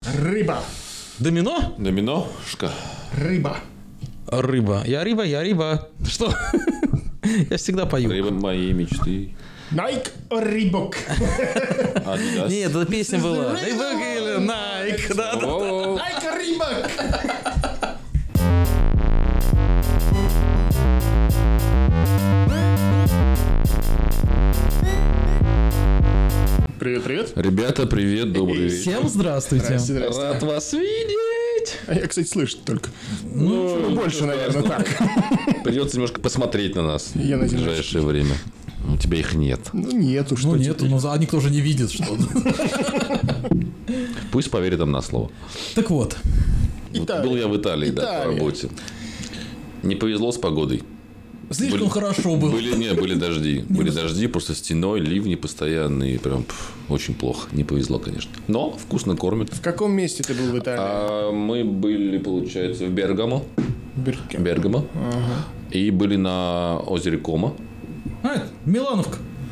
Рыба. Домино? Доминошка. Рыба. Рыба. Я рыба. Что? Я всегда пою. Рыба моей мечты. Nike Reebok. Adidas. Нет, эта песня была. Reebok или Nike. Да. Nike Reebok. Привет. Ребята, привет, добрый вечер. Всем здравствуйте. Здрасте. Рад вас видеть. А я, кстати, слышать только. Ну, больше, наверное, так. Придется немножко посмотреть на нас Я в надеюсь. ближайшее время. У тебя их нет. Ну, нету, что Ну нет, теперь. ну а никто же не видит, что. Пусть поверит нам на слово. Так вот. Вот Италия. был я в Италии, да, по Италия. работе. Не повезло с погодой. Слишком хорошо было. Были дожди. Были дожди, просто стеной, ливни постоянные. Прям очень плохо. Не повезло, конечно. Но вкусно кормят. В каком месте ты был в Италии? А мы были, получается, в Бергамо. Биркин. Бергамо. И были на озере Кома. Милановка.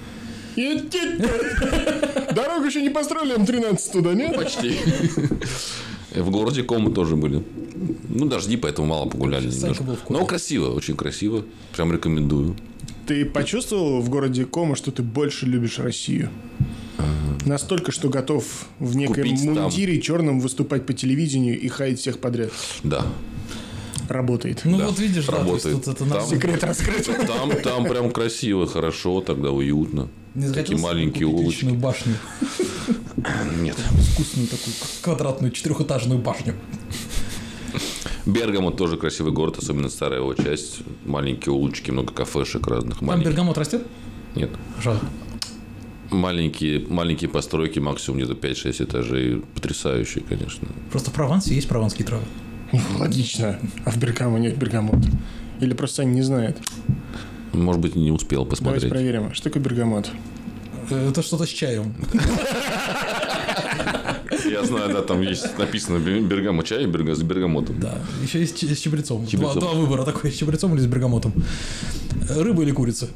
Дорогу еще не построили, М13 туда, нет? Почти. В городе Кома тоже были. Ну, дожди, поэтому мало погуляли немножко. был в Коме. Но красиво, очень красиво. Прям рекомендую. Ты почувствовал в городе Кома, что ты больше любишь Россию? Настолько, что готов в некоем Купить там. мундире черном выступать по телевидению и хаять всех подряд. Да. Работает. Ну Да, вот видишь, да, то есть работает. тут это наш Там- Секрет раскрыт. Там прям красиво, хорошо, тогда уютно. Не Такие захотелось маленькие купить улочки. личную башню. Нет. Вкусную такую квадратную 4-этажную башню. Бергамо тоже красивый город, особенно старая его часть. Маленькие улочки, много кафешек разных. Там Маленьких. бергамот растет? Нет. Жаль. Маленькие постройки, максимум где-то 5-6 этажей. Потрясающие, конечно. Просто в Провансе есть прованские травы. Логично. А в Бергамо нет бергамот. Или просто они не знают. Может быть, не успел Давайте посмотреть. проверим. Что такое бергамот? Это что-то с чаем. Я знаю, да, там есть написано бергамо чай с бергамотом. Да. Еще есть с чабрецом. Чабрецом. Два выбора. Такой, с чабрецом или с бергамотом. Рыба или курица?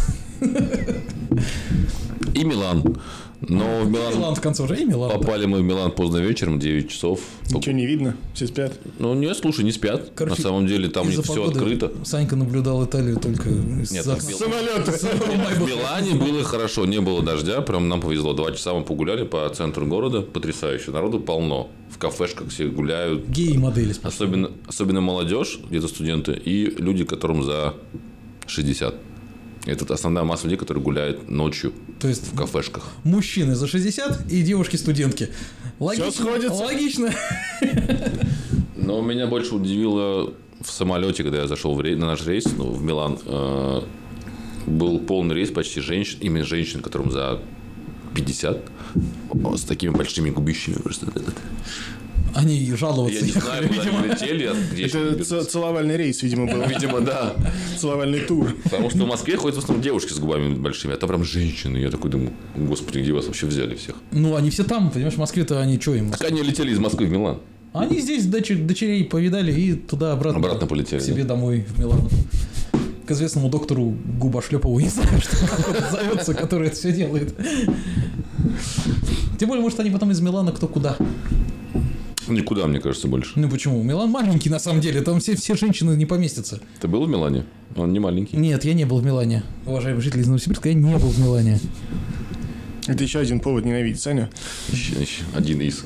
И Милан. Но в Милан Милан в конце уже. И Милан. попали мы в Милан поздно вечером, 9 часов. Ничего не видно. Все спят. Ну, нет, слушай, не спят. Короче, На самом деле, там у них Из-за все погоды открыто. Санька наблюдал Италию только из Нет, окна. в Самолеты. В Милане было хорошо, не было дождя, прям нам повезло. 2 часа мы погуляли по центру города, потрясающе. Народу полно. В кафешках все гуляют. Геи-модели. Особенно молодежь, где-то студенты, и люди, которым за 60. Это основная масса людей, которые гуляют ночью То есть в кафешках. мужчины за 60 и девушки-студентки. Логично. сходится. Логично. Но меня больше удивило в самолете, когда я зашел на наш рейс в Милан. Был полный рейс почти женщин, именно женщин, которым за 50, с такими большими губищами. Просто. Они жаловаться Я не знаю, ехали, куда видимо. они летели. Где Это еще бегут. целовальный рейс, видимо, был. Видимо, да. Целовальный тур. Потому что в Москве ходят в основном девушки с губами большими, а там прям женщины. Я такой думаю, господи, где вас вообще взяли всех? Ну, они все там, понимаешь, в Москве-то они что им? Так они летели из Москвы в Милан. Они здесь дочерей повидали и туда-обратно. Обратно полетели, К себе домой в Милан. К известному доктору Губошлепову, не знаю, что он зовется, который это все делает. Тем более, может, они потом из Милана кто куда. Никуда, мне кажется, больше. Ну почему? Милан маленький, на самом деле. Там все женщины не поместятся. Ты был в Милане? Он не маленький. Нет, я не был в Милане. Уважаемые жители из Новосибирска, я не был в Милане. Это еще один повод ненавидеть Саню. Один из.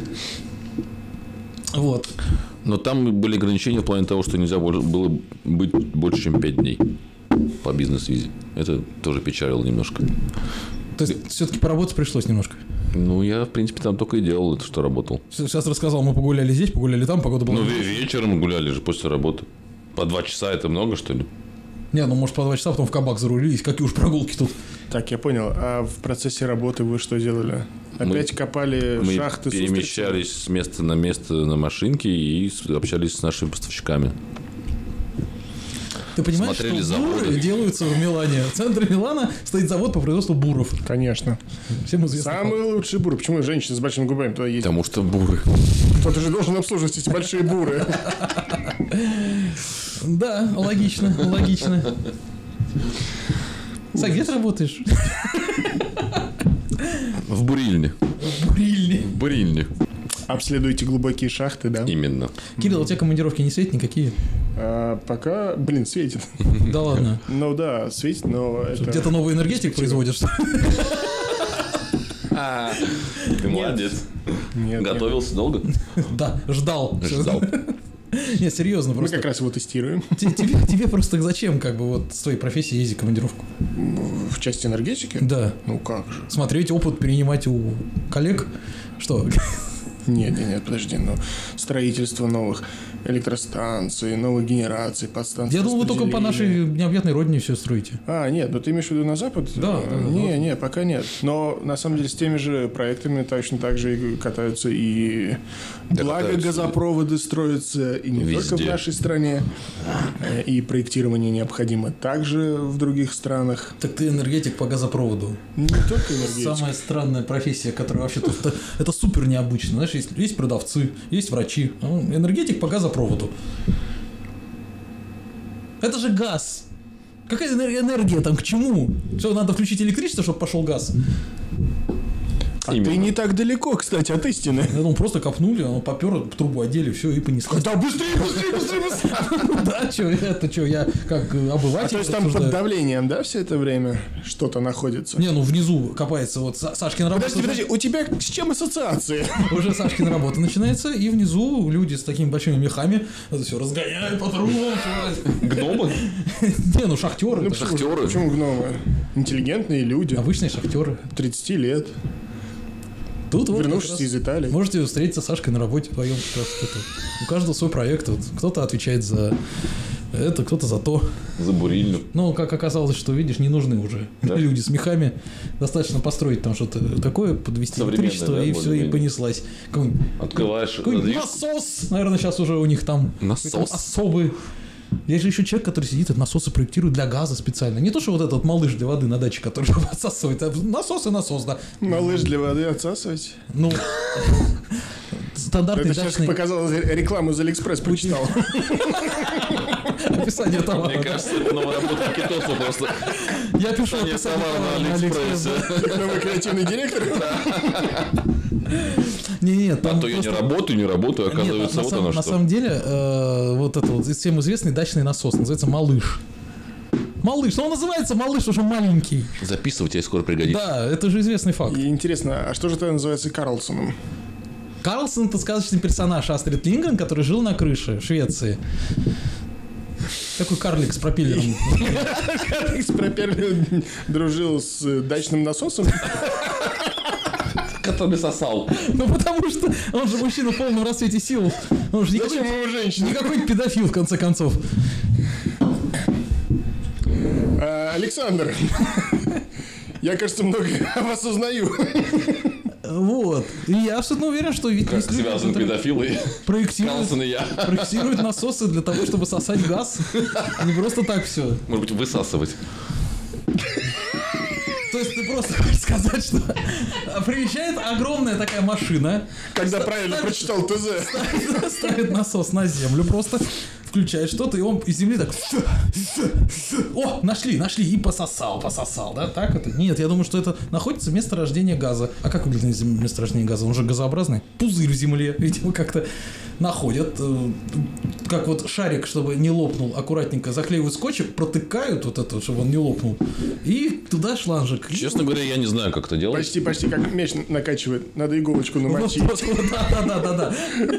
Вот. Но там были ограничения в плане того, что нельзя было быть больше, чем 5 дней по бизнес-визе. Это тоже печалило немножко. То есть, все-таки поработать пришлось немножко. Ну, я, в принципе, там только и делал это, что работал. Сейчас рассказал, мы погуляли здесь, погуляли там, погода была... Ну, вечером гуляли же после работы. По 2 часа это много, что ли? Не, ну, может, по 2 часа, потом в кабак зарулились. Какие уж прогулки тут. Так, я понял. А в процессе работы вы что делали? Опять копали Мы шахты с перемещались с места на место на машинке и общались с нашими поставщиками. Ты понимаешь, Смотрели что заводы. буры делаются в Милане? В центре Милана стоит завод по производству буров. устрицами? Конечно. Всем известно. Самый лучший бур. Почему женщина с большими губами туда ездит? Потому что буры. Кто-то же должен обслуживать эти большие буры. Да, логично, логично. Сань, где ты работаешь? В бурильне. В бурильне. В бурильне. Обследуйте глубокие шахты, да? Именно. Кирилл, у тебя командировки не светят никакие? Пока, светит. Да ладно. Ну да, светит, но это... Где-то новый энергетик производишь? Ты молодец. Нет, Готовился долго? Да, ждал. Ждал. Не, серьезно, Мы просто... как раз его тестируем. Тебе просто зачем, с твоей профессией ездить в командировку? В части энергетики? Да. Ну как же. Смотреть опыт, перенимать у коллег. Что? Нет, подожди, строительство новых электростанций, новых генераций, подстанций. Я думал, вы только по нашей необъятной родине все строите. Нет, ты имеешь в виду на Запад? Да. Не, пока нет. Но на самом деле с теми же проектами точно так же и катаются, и благо газопроводы строятся и не везде. только в нашей стране, и проектирование необходимо также в других странах. Так ты энергетик по газопроводу. Не только энергетика. Самая странная профессия, которая вообще... Это супер необычно. Знаешь, есть продавцы, есть врачи. Энергетик по газопроводу. Это же газ. Какая энергия там, к чему? Что, надо включить электричество, чтобы пошел газ? Ты не так далеко, кстати, от истины. Просто копнули, оно поперло, трубу одели, все, и понеслось. Да, быстрее! Да, что, я как обыватель. То есть там под давлением, да, все это время что-то находится? Не, внизу копается Сашкина работа. Подожди, у тебя с чем ассоциации? Уже Сашкина работа начинается, и внизу люди с такими большими мехами это все разгоняют по трубам. Гномы? Не, шахтеры. Шахтеры? Почему гномы? Интеллигентные люди. Обычные шахтеры. 30 лет. Тут вернувшись из Италии. Можете встретиться с Сашкой на работе вдвоем. У каждого свой проект. Кто-то отвечает за это, кто-то за то. За бурильню. Как оказалось, что, видишь, не нужны уже люди с мехами. Достаточно построить там что-то такое, подвести электричество, и все, и понеслась. Открываешь... Насос! Наверное, сейчас уже у них там особый. Есть же еще человек, который сидит, этот насосы проектирует для газа специально. Не то, что этот малыш для воды на даче, который отсасывает, а насос, да. Малыш для воды отсасывать? Стандартный это дачный... сейчас показал рекламу из Алиэкспресс, прочитал. Описание товара. Мне кажется, это новая работа Китоса просто. Я пишу описание товара на Алиэкспрессе. Новый креативный директор? Нет, там то я не работаю, оказывается, вот оно что. На самом деле, всем известный дачный насос называется «Малыш». Малыш, он называется «Малыш», уже маленький. Записывать тебе скоро пригодится. Да, это же известный факт. И интересно, а что же тогда называется Карлсоном? Карлсон — это сказочный персонаж Астрид Лингрен, который жил на крыше Швеции. Такой карлик с пропеллером. Карлик с пропеллером дружил с дачным насосом? Который сосал. Потому что он же мужчина в полном расцвете сил. Он же Зачем ему женщина? никакой педофил, в конце концов. Александр, я, кажется, много о вас узнаю. Вот. И я абсолютно уверен, что ведь Как есть люди, связаны которые педофилы Карлсон и я. проектируют насосы для того, чтобы сосать газ. Не просто так все. Может быть, высасывать. То есть ты просто хочешь сказать, что приезжает огромная такая машина, Когда правильно прочитал ТЗ. ставит насос на землю просто, включает что-то, и он из земли так... О, нашли, и пососал, да? Так это? Нет, я думаю, что это находится месторождение газа. А как выглядит месторождение газа? Он же газообразный. Пузырь в земле, видимо, как-то находят. Как вот шарик, чтобы не лопнул, аккуратненько заклеивают скотчем, протыкают вот это, чтобы он не лопнул, и туда шланжик. Честно говоря, я не знаю, как это делать. Почти как мяч накачивает. Надо иголочку намочить. Да.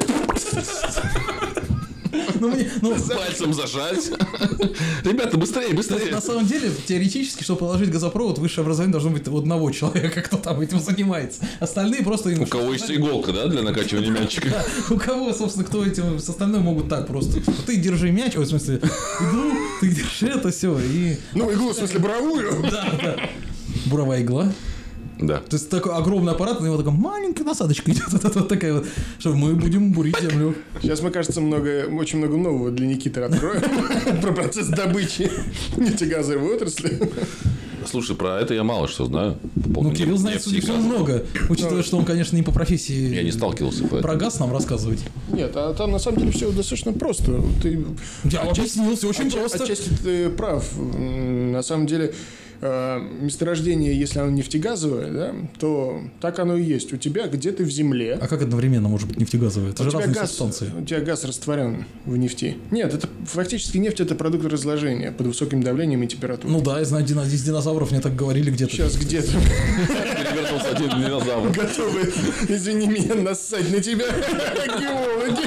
Пальцем зажать. Ребята, быстрее. На самом деле, теоретически, чтобы положить газопровод, высшее образование должно быть у одного человека, кто там этим занимается. Остальные просто... У кого есть иголка, да, для накачивания мячика? Да, у кого, собственно, кто этим... С остальным могут так просто. Ты держи мяч, в смысле, иглу, ты держи это все. Иглу, в смысле, буровую? Да. Буровая игла. Да. То есть такой огромный аппарат, на него такая маленькая насадочка идет, вот такая вот, что мы будем бурить землю. Сейчас мы, кажется, очень много нового для Никиты откроем про процесс добычи нефтегазовой отрасли. Слушай, про это я мало что знаю. Кирилл знает, судя по всему, много, учитывая, что он, конечно, не по профессии. Я не сталкивался поэтому. Про газ нам рассказывать. Нет, а там на самом деле все достаточно просто. Я объяснил, все очень просто. Отчасти ты прав. На самом деле месторождение, если оно нефтегазовое, да, то так оно и есть. У тебя где-то в земле. А как одновременно может быть нефтегазовое? Это У же тебя разные газ, субстанции. у тебя газ растворен в нефти. Нет, это фактически нефть — это продукт разложения под высоким давлением и температурой. Ну да, я знаю, из динозавров мне так говорили где-то. Сейчас где-то Перевернулся один динозавр. готовы, извини меня, нассать на тебя геологи.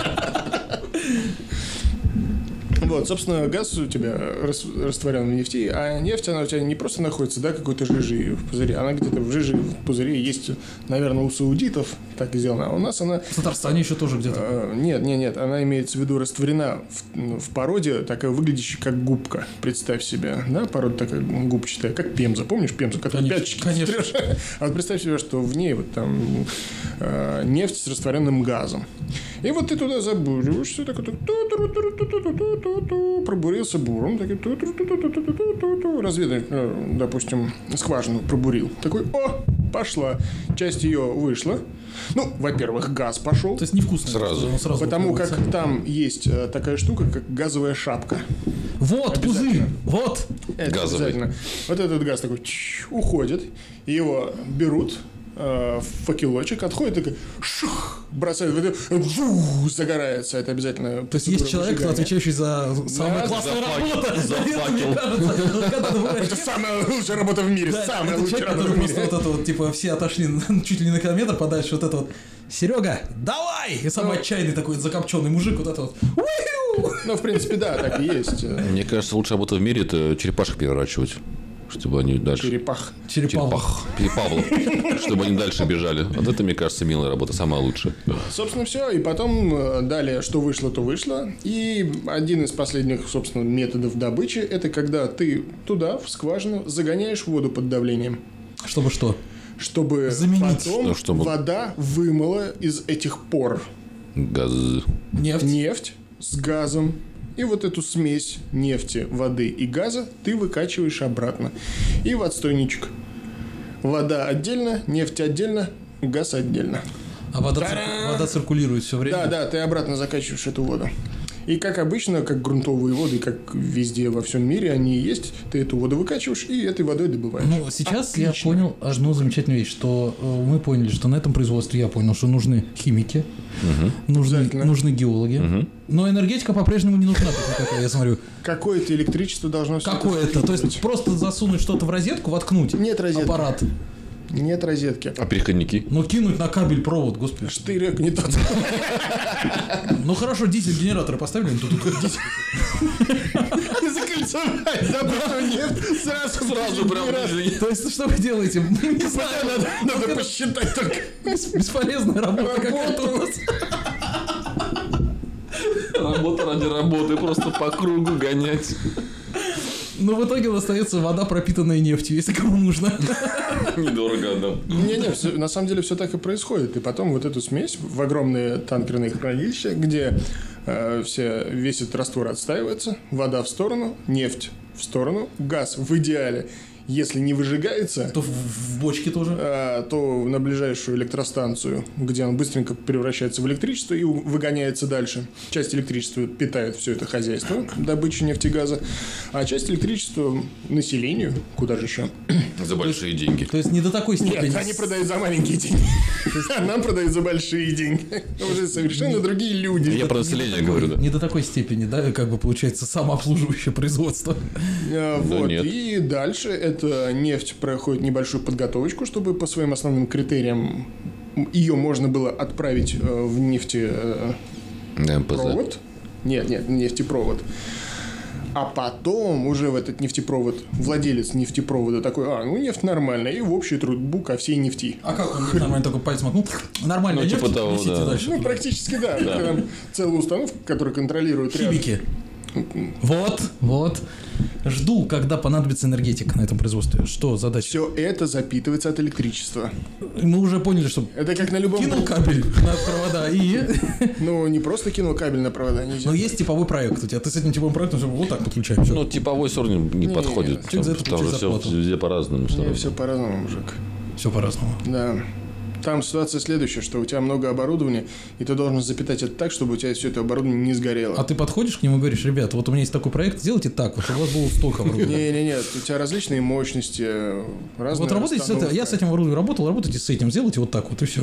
Вот, собственно, газ у тебя растворен в нефти, а нефть, она у тебя не просто находится, да, какой-то жижи в пузыре, она где-то в жиже, в пузыре есть, наверное, у саудитов так сделано, а у нас она... В Татарстане еще тоже где-то. Нет, она имеется в виду растворена в породе, такая выглядящая как губка, представь себе, да, порода такая губчатая, как пемза, помнишь пемзу, которую пятчики стрёшь? А вот представь себе, что в ней вот там нефть с растворенным газом. И вот ты туда забуриваешься, так вот, пробурился буром, такой, разведать, допустим, скважину пробурил. Такой, пошла. Часть ее вышла. Ну, во-первых, газ пошел. То есть невкусно. Сразу. Потому как там есть такая штука, как газовая шапка. Вот, пузырь, вот. Это Газовый. обязательно. Вот этот газ такой уходит, его берут в факелочек, отходит, такой шух, бросают, загорается. Это обязательно. То есть есть человек, отвечающий за самую классную работу. За факел. Это самая лучшая работа в мире. Самая лучшая человек, работа который в просто мире. вот это вот, типа, все отошли чуть ли не на километр подальше, вот это вот, Серега, давай! И самый отчаянный такой закопченный мужик, вот это вот. Ну, в принципе, да, так и есть. Мне кажется, лучшая работа в мире — это черепашек переворачивать. Чтобы они дальше... Черепах. Черепалов. Чтобы они дальше бежали. Вот это, мне кажется, милая работа, самая лучшая. Собственно, все. И потом далее, что вышло, то вышло. И один из последних, собственно, методов добычи — это когда ты туда, в скважину, загоняешь воду под давлением. Чтобы что? Чтобы Заменить. потом Ну, чтобы- вода вымыла из этих пор Газ. нефть с газом. И вот эту смесь нефти, воды и газа ты выкачиваешь обратно. И в отстойничек. Вода отдельно, нефть отдельно, газ отдельно. А вода циркулирует все время? Да, ты обратно закачиваешь эту воду. И как обычно, как грунтовые воды, как везде во всем мире они и есть, ты эту воду выкачиваешь и этой водой добываешь. Ну, сейчас я понял одну замечательную вещь, что мы поняли, что на этом производстве я понял, что нужны химики, нужны геологи, но энергетика по-прежнему не нужна, я смотрю. Какое-то электричество должно... всё это Какое-то, то есть просто засунуть что-то в розетку, воткнуть Нет розетки. аппарат, Нет розетки. А переходники? но кинуть на кабель провод, господи. Штырек не тот. Ну хорошо, дизель-генераторы поставили, тут И закольцевать, забрать нефть, сразу прям. То есть что вы делаете? Не знаю, Надо посчитать только. бесполезная работа какая-то у нас. Работа ради работы, просто по кругу гонять. Но в итоге остается вода, пропитанная нефтью, если кому нужно. Недорого отдам. Не, на самом деле все так и происходит. И потом вот эту смесь в огромные танкерные хранилища, где весь этот раствор отстаивается, вода в сторону, нефть в сторону, газ в идеале. Если не выжигается, То в бочке тоже. то на ближайшую электростанцию, где он быстренько превращается в электричество и выгоняется дальше. Часть электричества питает все это хозяйство, добычу нефти и газа, а часть электричества населению, куда же еще. За большие деньги. То есть не до такой степени. Нет, они продают за маленькие деньги. А нам продают за большие деньги. Уже совершенно другие люди. Я про население говорю, да. Не до такой степени, да, как бы получается самообслуживающее производство. Вот. нет. И дальше эта нефть проходит небольшую подготовочку, чтобы по своим основным критериям ее можно было отправить в нефтепровод. МПЗ. Нет, нефтепровод. А потом уже в этот нефтепровод владелец нефтепровода такой, нефть нормальная, и в общую трубу ко всей нефти. А как он нормально такой пальцем макнул? Нормально, Ну, типа нефть, того, несите да. дальше. Ну, практически, да. Там целая установка, которая контролирует ряд. Химики. Вот. Жду, когда понадобится энергетика на этом производстве. Что задача? Все это запитывается от электричества. Мы уже поняли, что Это как на любом... кинул кабель на провода и... Ну, не просто кинул кабель на провода, нельзя. Но есть типовой проект у тебя. Ты с этим типовым проектом вот так подключаем. Всё. Ну, типовой все равно не подходит. Человек за это Там же получает все зарплату. везде по-разному. всё Не, равно. все по-разному, мужик. Все по-разному. Да. Там ситуация следующая, что у тебя много оборудования, и ты должен запитать это так, чтобы у тебя все это оборудование не сгорело. А ты подходишь к нему и говоришь: ребята, вот у меня есть такой проект, сделайте так, вот, чтобы у вас было столько оборудования. Не-не-не, у тебя различные мощности, разные Вот работайте с этим, я с этим оборудованием работал, работайте с этим, сделайте вот так вот, и все.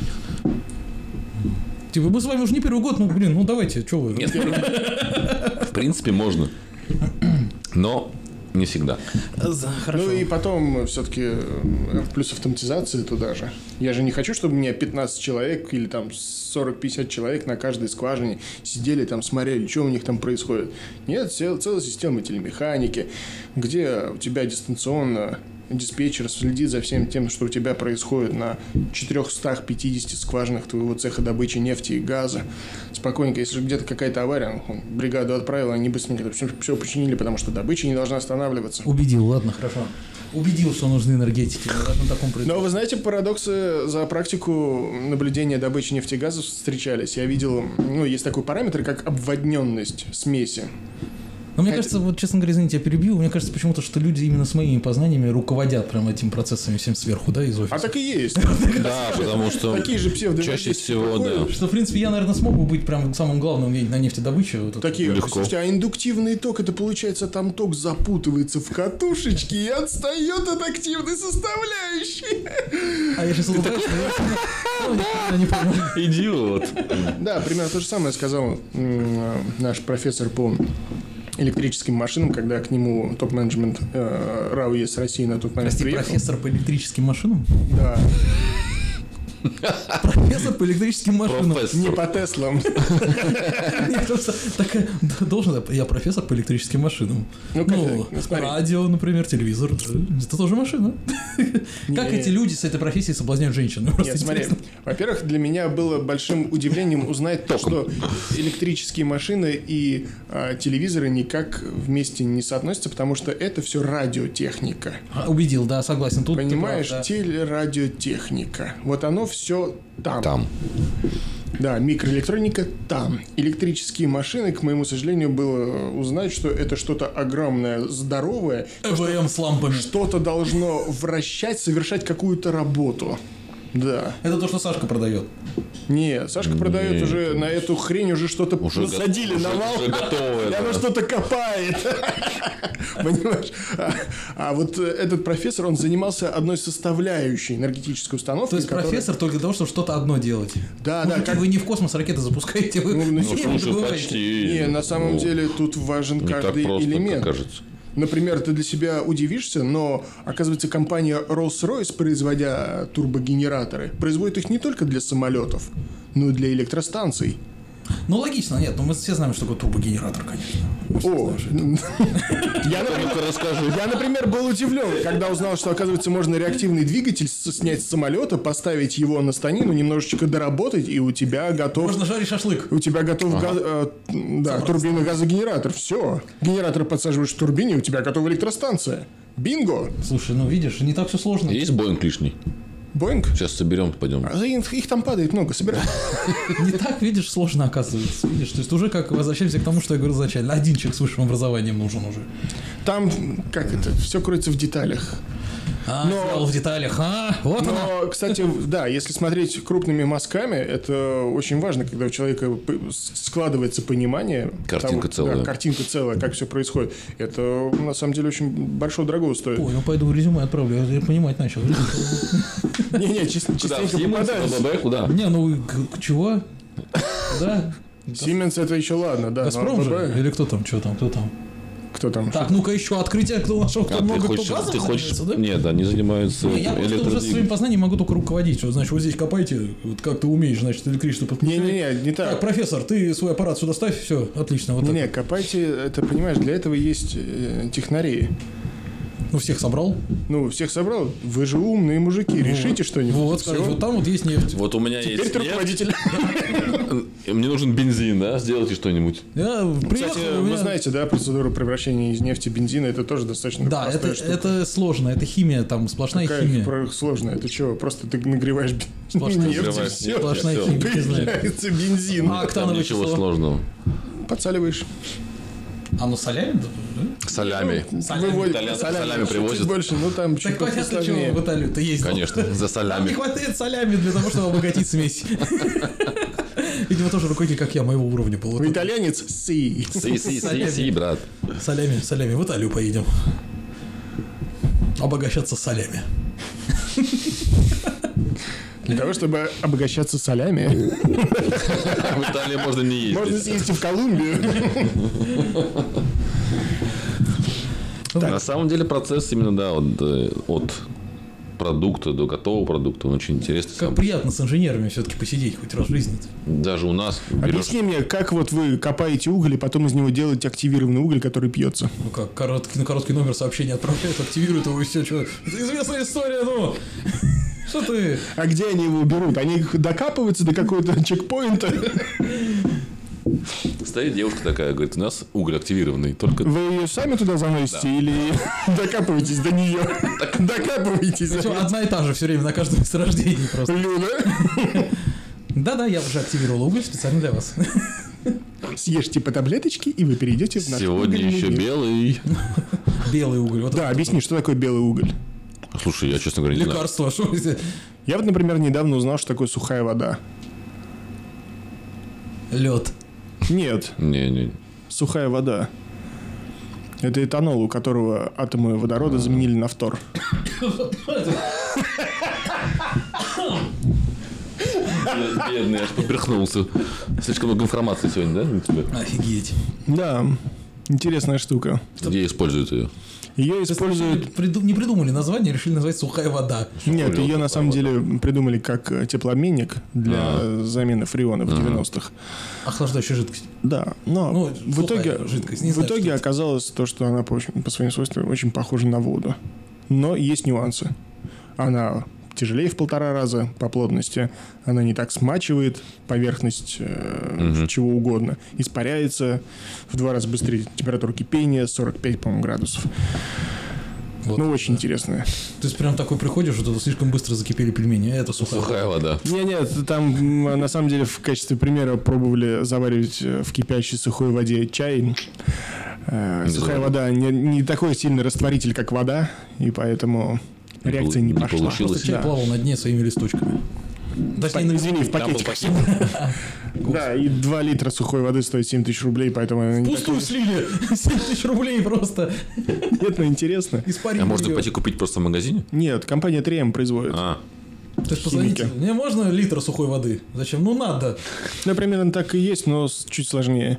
Типа, мы с вами уже не первый год, ну давайте, что вы. Нет, в принципе, можно. Но не всегда. Хорошо. Ну и потом все-таки плюс автоматизации туда же. Я же не хочу, чтобы у меня 15 человек или там 40-50 человек на каждой скважине сидели там, смотрели, что у них там происходит. Нет, целая система телемеханики, где у тебя дистанционно диспетчер следит за всем тем, что у тебя происходит на 450 скважинах твоего цеха добычи нефти и газа. Спокойненько, если где-то какая-то авария, бригаду отправил, они быстренько все починили, потому что добыча не должна останавливаться. Убедил, ладно, хорошо. Убедил, что нужны энергетики. На таком Но вы знаете, парадоксы за практику наблюдения добычи нефти и газа встречались. Я видел, есть такой параметр, как обводненность смеси. Но мне кажется, вот, честно говоря, извините, я перебью, мне кажется почему-то, что люди именно с моими познаниями руководят прям этими процессами всем сверху, да, из офиса. А так и есть. Да, потому что Такие же чаще всего, да. Что, в принципе, я, наверное, смог бы быть прям самым главным на нефтедобыче. Вот Такие, легко. слушайте, а индуктивный ток, это получается, там ток запутывается в катушечке и отстает от активной составляющей. А я сейчас улыбаюсь, я не понял. Идиот. Да, примерно то же самое сказал наш профессор по электрическим машинам, когда к нему топ-менеджмент РАО ЕС России на тот момент Прости, приехал. профессор по электрическим машинам? Да. Профессор по электрическим машинам. Не по Теслам. Нет, просто такая, должен я профессор по электрическим машинам. Ну, смотри. Радио, например, телевизор. Это тоже машина. Как эти люди с этой профессией соблазняют женщин? Нет, смотри. Во-первых, для меня было большим удивлением узнать, что электрические машины и телевизоры никак вместе не соотносятся, потому что это все радиотехника. Убедил, да, согласен. Тут Понимаешь, ты прав, да. телерадиотехника. Вот оно все там. Там. Да, микроэлектроника там. Электрические машины, к моему сожалению, было узнать, что это что-то огромное, здоровое. ЭВМ с лампами. Что-то должно вращать, совершать какую-то работу. Да. Это то, что Сашка продает. Не, Сашка продает уже на эту хрень уже что-то насадили на вал. Уже готовое. И оно что-то копает. Понимаешь? А вот этот профессор, он занимался одной составляющей энергетической установки. То есть профессор только для того, чтобы что-то одно делать. Да, Мужики, да. вы не в космос ракеты запускаете, вы Ну, слушай, почти. Не, на самом деле тут важен Не так каждый просто, элемент. как кажется. Например, ты для себя удивишься, но, оказывается, компания Rolls-Royce, производя турбогенераторы, производит их не только для самолетов, но и для электростанций. Ну, логично, нет, но мы все знаем, что такое турбогенератор, конечно. О, я, например, был удивлен, когда узнал, что, оказывается, можно реактивный двигатель снять с самолета, поставить его на станину, немножечко доработать, и у тебя готов... Можно жарить шашлык. У тебя готов турбинный газогенератор. Все. Генератор подсаживаешь в турбине, у тебя готова электростанция. Бинго! Слушай, ну видишь, не так все сложно. Есть Боинг лишний? Боинг? Сейчас соберем, пойдем. А их там падает много, собирай. Не так, видишь, сложно оказывается. Видишь, то есть уже как возвращаемся к тому, что я говорил изначально. Один человек с высшим образованием нужен уже. Там, как это, все кроется в деталях. В деталях, вот она. Но, кстати, да, если смотреть крупными мазками, это очень важно, когда у человека складывается понимание. Картинка того, целая. Да, картинка целая, как все происходит. Это, на самом деле, очень большого дорогого стоит. Ой, ну пойду в резюме отправлю, я понимать начал. Не-не, Куда? частенько В Siemens? попадается. ББ? Куда? Не, ну чего? Да. Siemens это еще ладно, да. Газпром но же? ББ, Или кто там, что там, кто там? кто там? Так, ну-ка еще открытие, кто нашел, кто много, кто газом ты хочешь... занимается, да? Нет, они занимаются Не, я просто уже своим познанием могу только руководить. Что, значит, вот здесь копайте, вот как ты умеешь, значит, электричество подключать. Не Так, так. профессор, ты свой аппарат сюда ставь, все, отлично. Вот Не-не, так. копайте, это, понимаешь, для этого есть технари. Ну, всех собрал. Ну, всех собрал. Вы же умные мужики, решите что-нибудь. Вот, Всё. скажешь, вот там вот есть нефть. Вот у меня Теперь есть ты нефть, руководитель. мне нужен бензин, да? Сделайте что-нибудь. Я приехал, Кстати, у вы меня- знаете, да, процедуру превращения из нефти в бензин, это тоже достаточно Да, простая штука. это сложно, это химия, там сплошная Какая химия. сложная. Это что, просто ты нагреваешь Сплошная нефть, и Нагреваешь все. нефть. Сплошная всё. химия, ты знаешь. Появляется бензин. А Там октановое ничего число? сложного. Подсаливаешь. Оно соляет? Солями. Солями привозят. Чуть больше, ну там чуть Так понятно, чего посложнее. в Италию-то ездил. Конечно, за Там не солями. хватает солями для того, чтобы обогатить смесь. Видимо, тоже руководитель, как я, моего уровня был. Вы итальянец? Си. Си, брат. Солями в Италию поедем. Обогащаться солями. Для того, чтобы обогащаться солями, В Италии можно не можно ездить. съездить в Колумбию. На самом деле процесс именно, да, от продукта до готового продукта, он очень интересный. Как приятно с инженерами все-таки посидеть хоть раз в жизни. Даже у нас берешь... Объясни мне, как вот вы копаете уголь и потом из него делаете активированный уголь, который пьется? Ну как, на короткий номер сообщения отправляют, активируют его и все. Это известная история, ну. Что ты? А где они его берут? Они их докапываются до какого-то чекпоинта? Стоит девушка такая, говорит, у нас уголь активированный, только... Вы ее сами туда заносите или докапываетесь до нее? Докапываетесь. Причем одна и та же все время на каждом месторождении просто. Люда, Да-да, я уже активировал уголь специально для вас. съешьте по таблеточке, и вы перейдете в наш Сегодня угольный еще мир. белый. Белый уголь. Вот Да, объясни, что такое белый уголь. Слушай, я, честно говоря, не знаю. лекарство. Что это? Я вот, например, недавно узнал, что такое сухая вода. Лед. Нет, Не. сухая вода. Это этанол, у которого атомы водорода заменили на фтор. Бедный, аж поперхнулся. Слишком много информации сегодня, да, у тебя? Офигеть. Да, интересная штука. Где используют ее? Ее используют... Не придумали название, решили назвать сухая вода. Нет, Понял, ее на какая самом вода. деле придумали как теплообменник для замены фреона в 90-х. Охлаждающая жидкость. Да, но Ну, в сухая итоге, жидкость, не в знаю, что итоге это. оказалось то, что она по своим свойствам очень похожа на воду. Но есть нюансы. Она тяжелее в 1,5 раза по плотности, она не так смачивает поверхность чего угодно, испаряется в 2 раза быстрее, температура кипения 45, по-моему, градусов. Вот, Ну, очень да. интересная. То есть прям такой приходишь, что слишком быстро закипели пельмени, а это сухая вода. Сухая вода. Нет, там на самом деле в качестве примера пробовали заваривать в кипящей сухой воде чай. Сухая вода не такой сильный растворитель, как вода, и поэтому реакция не не пошла. получилось. Просто чай Да. плавал на дне своими листочками. Точнее, Извини, в Там был пакетиках. пакет. Да, и 2 литра сухой воды стоит 7 тысяч рублей, поэтому она не пустую такая- слили. 7 тысяч рублей просто. Нет, ну интересно. Испарили. А можно её. пойти купить просто в магазине? Нет, компания 3М производит. А, То есть позвоните, химики. мне можно литр сухой воды? Зачем? Ну надо. Ну, примерно так и есть, но чуть сложнее.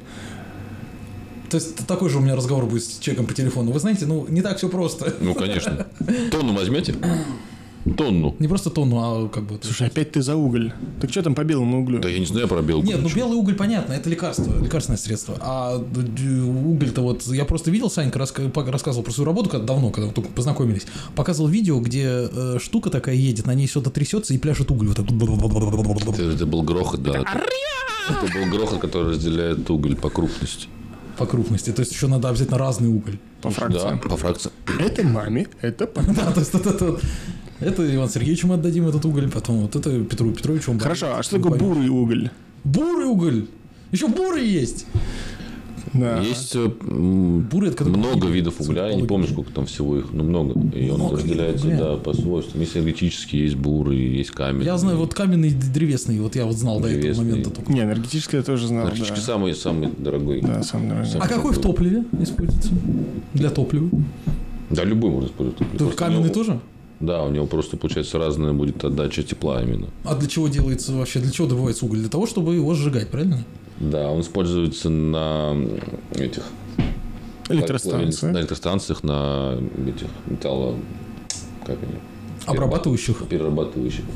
То есть такой же у меня разговор будет с человеком по телефону. Вы знаете, ну не так все просто. ну, конечно. Тонну возьмете? Тонну. Не просто тонну, а как бы... Слушай, опять ты за уголь. Так что там по белому углю? Да я не знаю про белку. Нет, ну белый уголь, понятно, это лекарство, лекарственное средство. А уголь-то вот, я просто видел, Санька рассказывал про свою работу давно, когда мы только познакомились. Показывал видео, где штука такая едет, на ней что-то трясется и пляшет уголь. Вот так. Это был грохот, да. Это был грохот, который разделяет уголь по крупности. По крупности. То есть еще надо обязательно разный уголь. По фракциям. Да, по фракции. Это маме, это папе. Да, то есть это Ивану Сергеевичу мы отдадим этот уголь, потом вот это Петру Петровичу. он Хорошо, будет. а что такое бурый уголь? Бурый уголь! Еще бурый есть! Да. Есть Бурый, это когда много погибли. видов угля, я не помню, сколько там всего их, но много. И он Много разделяется, видов угля. да, по свойствам. Есть энергетический, есть бурый, есть каменный. Я знаю, вот каменный древесный, вот я вот знал до этого Древесный. момента только. Не, энергетический я тоже знал, Практически да. самый дорогой. Да, сам дорогой. А какой в топливе используется? Для топлива? Да, любой можно использовать. Тут Просто каменный у него- тоже? Да, у него просто, получается, разная будет отдача тепла именно. А для чего делается вообще? Для чего добывается уголь? Для того, чтобы его сжигать, правильно? Да, он используется на этих... Электростанция. На электростанциях, на этих металло... Как они? Обрабатывающих. Перерабатывающих.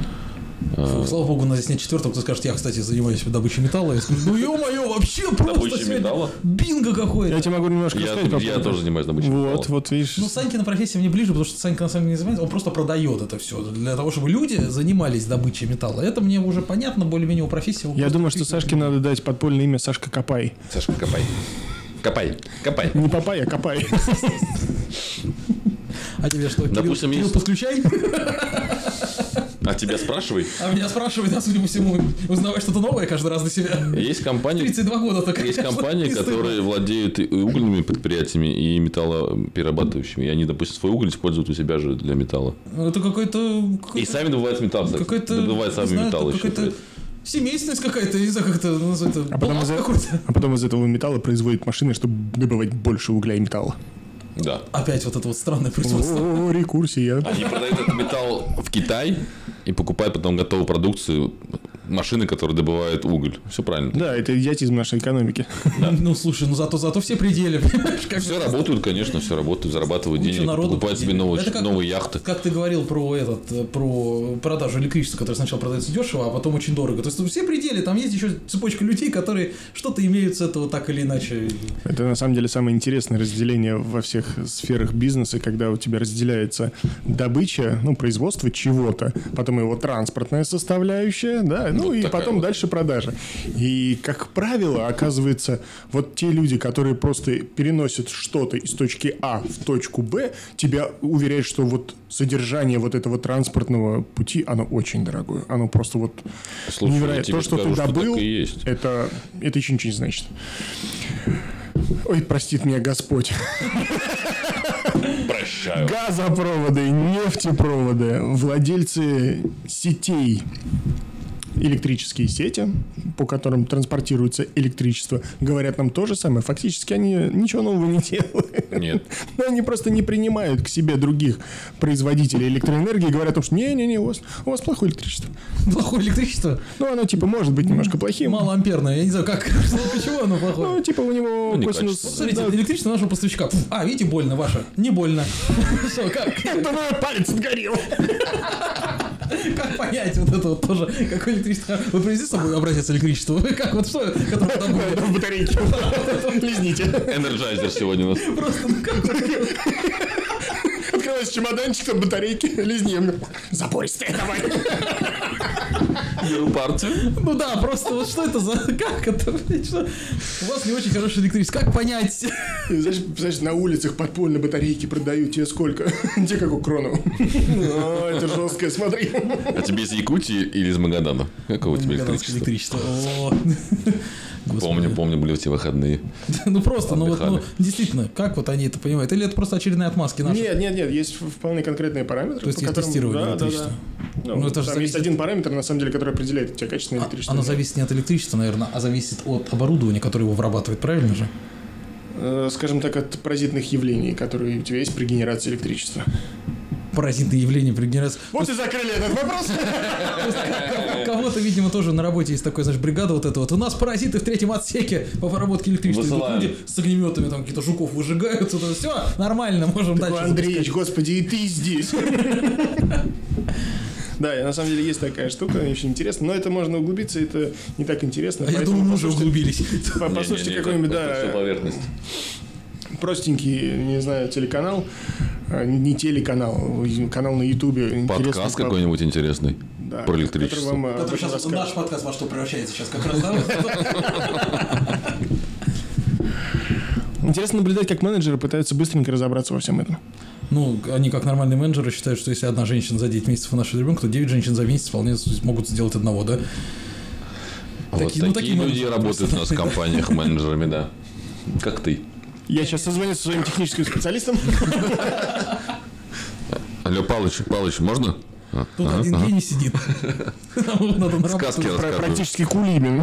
Слава богу, у нас здесь нет четвертого, кто скажет, я, кстати, занимаюсь добычей металла. Я скажу, ну ё-моё, вообще просто Добычей сегодня металла? бинго Я какое-то. тебе могу немножко сказать по Я поводу- тоже занимаюсь добычей металла. Вот, видишь. Ну, Санькина профессия мне ближе, потому что Санька на самом деле не занимается, он просто продает это все. Для того, чтобы люди занимались добычей металла. Это мне уже понятно, более-менее у профессии. Я думаю, что Сашке надо дать подпольное имя Сашка Копай. Сашка, копай. Копай. Не Папай, а Копай. А тебе что, Допустим, Кирилл, есть- подключай? А тебя спрашивай. А меня спрашивают, а судя по всему, узнавать что-то новое каждый раз для себя. Есть компании, 32 года только. есть компании, которые владеют и угольными предприятиями, и металлоперерабатывающими. И они, допустим, свой уголь используют у себя же для металла. Это какой-то... И сами добывают металл, кстати. Добывают сами металл еще. Какая-то семейственность какая-то, не знаю, как это назвать. А потом из этого металла производят машины, чтобы добывать больше угля и металла. Да. Опять вот это вот странное производство. О, рекурсия. Они продают этот металл в Китай и покупают потом готовую продукцию, машины, которые добывают уголь. Все правильно. Да, это идиотизм нашей экономики. Ну, слушай, ну зато все пределы, понимаешь? Все работают, конечно, все работают, зарабатывают денег, покупают себе новые яхты. Как ты говорил про продажу электричества, которое сначала продается дешево, а потом очень дорого. То есть все пределы, там есть еще цепочка людей, которые что-то имеют с этого так или иначе. Это на самом деле самое интересное разделение во всех сферах бизнеса, когда у тебя разделяется добыча, производство чего-то, потом его транспортная составляющая, да, и потом вот дальше продажа. И, как правило, оказывается, вот те люди, которые просто переносят что-то из точки А в точку Б, тебя уверяют, что вот содержание вот этого транспортного пути, оно очень дорогое. Оно просто вот невероятно. То, что ты добыл, это еще ничего не значит. Ой, простит меня Господь. Прощаю. Газопроводы, нефтепроводы, владельцы сетей, электрические сети, по которым транспортируется электричество, говорят нам то же самое. Фактически они ничего нового не делают. Нет. Но они просто не принимают к себе других производителей электроэнергии и говорят о том, что не-не-не, у вас плохое электричество. Плохое электричество? Оно может быть немножко плохим. Малоамперное, я не знаю, почему оно плохое. У него косинус... Смотрите, электричество нашего поставщика. Видите, больно ваше? Не больно. Что, как? Это мой палец отгорел. Как понять вот это вот тоже, какое электричество? Вы привезли с собой образец электричества? Как вот что, которое там будет? В батарейке. Лизните. Энерджайзер сегодня у нас. Просто, Открывается чемоданчик, там батарейки, лизни. Запойстая, давай. Беру партию. Ну да, просто вот что это за... Как это? Что? У вас не очень хорошее электричество. Как понять? Знаешь, на улицах подпольно батарейки продают. Тебе сколько? Тебе какую крону? Это жесткое, смотри. А тебе из Якутии или из Магадана? Какого у тебя электричества? Помню, были эти выходные. Действительно, как вот они это понимают? Или это просто очередные отмазки наши? Нет, есть вполне конкретные параметры. То есть есть тестирование электричества. Там есть один параметр, на самом деле, который определяет у тебя качественное электричество. Оно зависит не от электричества, наверное, а зависит от оборудования, которое его вырабатывает, правильно же? Скажем так, от паразитных явлений, которые у тебя есть при генерации электричества. Паразитные явления при генерации. Вот и закрыли этот вопрос. Кого-то, видимо, тоже на работе есть такой, знаешь, бригада вот эта вот. У нас паразиты в 3-м отсеке по поработке электричества. Люди с огнеметами там какие-то жуков выжигают. Все, нормально, можем дальше. Андреевич, господи, и ты здесь. Да, на самом деле есть такая штука, очень интересно, но это можно углубиться, это не так интересно. Я думаю, мы уже углубились. Послушайте какой-нибудь, поверхность. Простенький, не знаю, телеканал, не телеканал, канал на Ютубе. Подкаст какой-нибудь интересный про электричество. Наш подкаст во что превращается сейчас как раз, да? Интересно наблюдать, как менеджеры пытаются быстренько разобраться во всем этом. Они как нормальные менеджеры считают, что если одна женщина за 9 месяцев вынашивает ребенка, то 9 женщин за месяц вполне могут сделать одного, да? Вот такие люди работают у нас в компаниях менеджерами, да. Как ты. Я сейчас созвонюсь со своим техническим специалистом. Алло, Палыч, можно? Тут один гений сидит. Надо на сказки рассказывают. Практически Кулибин.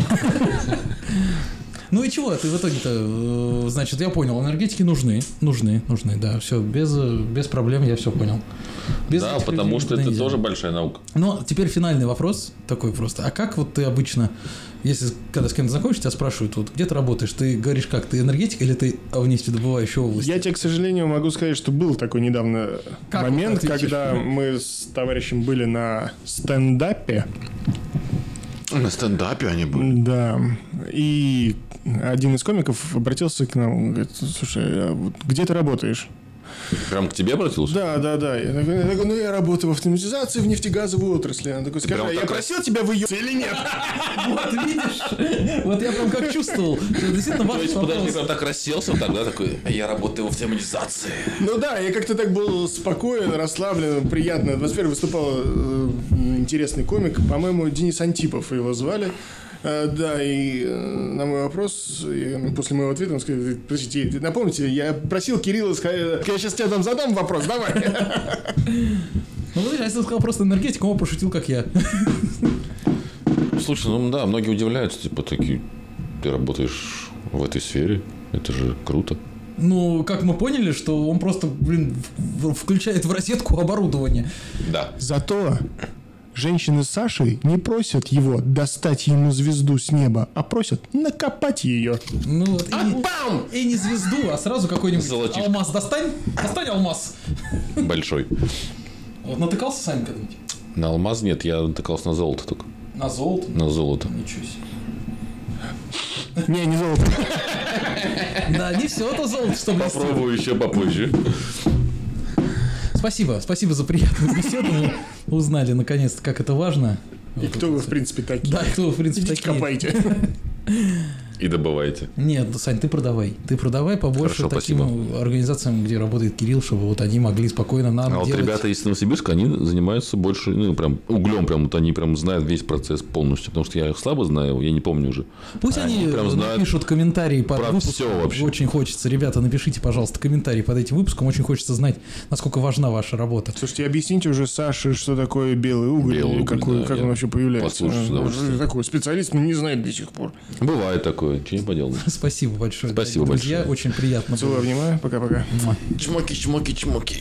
Ну и чего ты в итоге-то? Значит, я понял, энергетики нужны, да, все, без проблем, я все понял. Да, потому что это тоже большая наука. Но теперь финальный вопрос такой просто. А как вот ты обычно, когда с кем-то знакомишься, тебя спрашивают, вот где ты работаешь, ты говоришь как, ты энергетик или ты в нефтедобывающей области? Я тебе, к сожалению, могу сказать, что был такой недавно момент, когда мы с товарищем были на стендапе. На стендапе они были? Да. И один из комиков обратился к нам, говорит, слушай, а вот где ты работаешь? Прям к тебе обратился? Да. Я такой, ну я работаю в автоматизации в нефтегазовой отрасли. Она такой, скажи, Прям я так просил тебя выебаться или нет? Вот видишь? Вот я прям как чувствовал. что действительно То важный есть, вопрос. подожди, прям так расселся тогда такой, я работаю в автоматизации. Ну да, я как-то так был спокоен, расслаблен, приятно. Атмосфера выступал интересный комик, по-моему, Денис Антипов его звали. Да, и на мой вопрос, после моего ответа, он сказал, подождите, напомните, я просил Кирилла сказать, я сейчас тебе там задам вопрос, давай. Ну, видишь, если ты сказал просто энергетик, он пошутил, как я. Слушай, ну да, многие удивляются, типа, такие, ты работаешь в этой сфере, это же круто. Ну, как мы поняли, что он просто, включает в розетку оборудование. Да. Зато женщины с Сашей не просят его достать ему звезду с неба, а просят накопать ее. Ну, вот, Бам! и не звезду, а сразу какой-нибудь Золотишко. алмаз достань. Достань алмаз. Большой. Вот натыкался, Сань, когда-нибудь? На алмаз нет, я натыкался на золото только. На золото? На золото. Ничего себе. Не золото. Да, не все это золото, что блестит. Попробую еще попозже. Спасибо за приятную беседу. Мы узнали, наконец-то, как это важно. И кто вы, в принципе, такие? Да, кто вы, в принципе, Идите такие. копайте. И добывайте. Нет, Сань, ты продавай. Ты продавай побольше Хорошо, таким спасибо. организациям, где работает Кирилл, чтобы вот они могли спокойно нам А вот делать. ребята из Новосибирска, они занимаются больше, ну, прям углем, прям вот они прям знают весь процесс полностью. Потому что я их слабо знаю, я не помню уже. Пусть они прям знают напишут комментарии под про выпуском. всё вообще. Очень хочется. Ребята, напишите, пожалуйста, комментарии под этим выпуском. Очень хочется знать, насколько важна ваша работа. Слушайте, объясните уже Саше, что такое белый уголь, Белый и уголь, как да, он я вообще появляется. послушаю с удовольствием. Такой специалист, но не знает до сих пор. Бывает такое, что не поделаешь. Спасибо большое. Спасибо друзья. большое. Очень приятно Целую, было. обнимаю, пока-пока. Чмоки, чмоки, чмоки.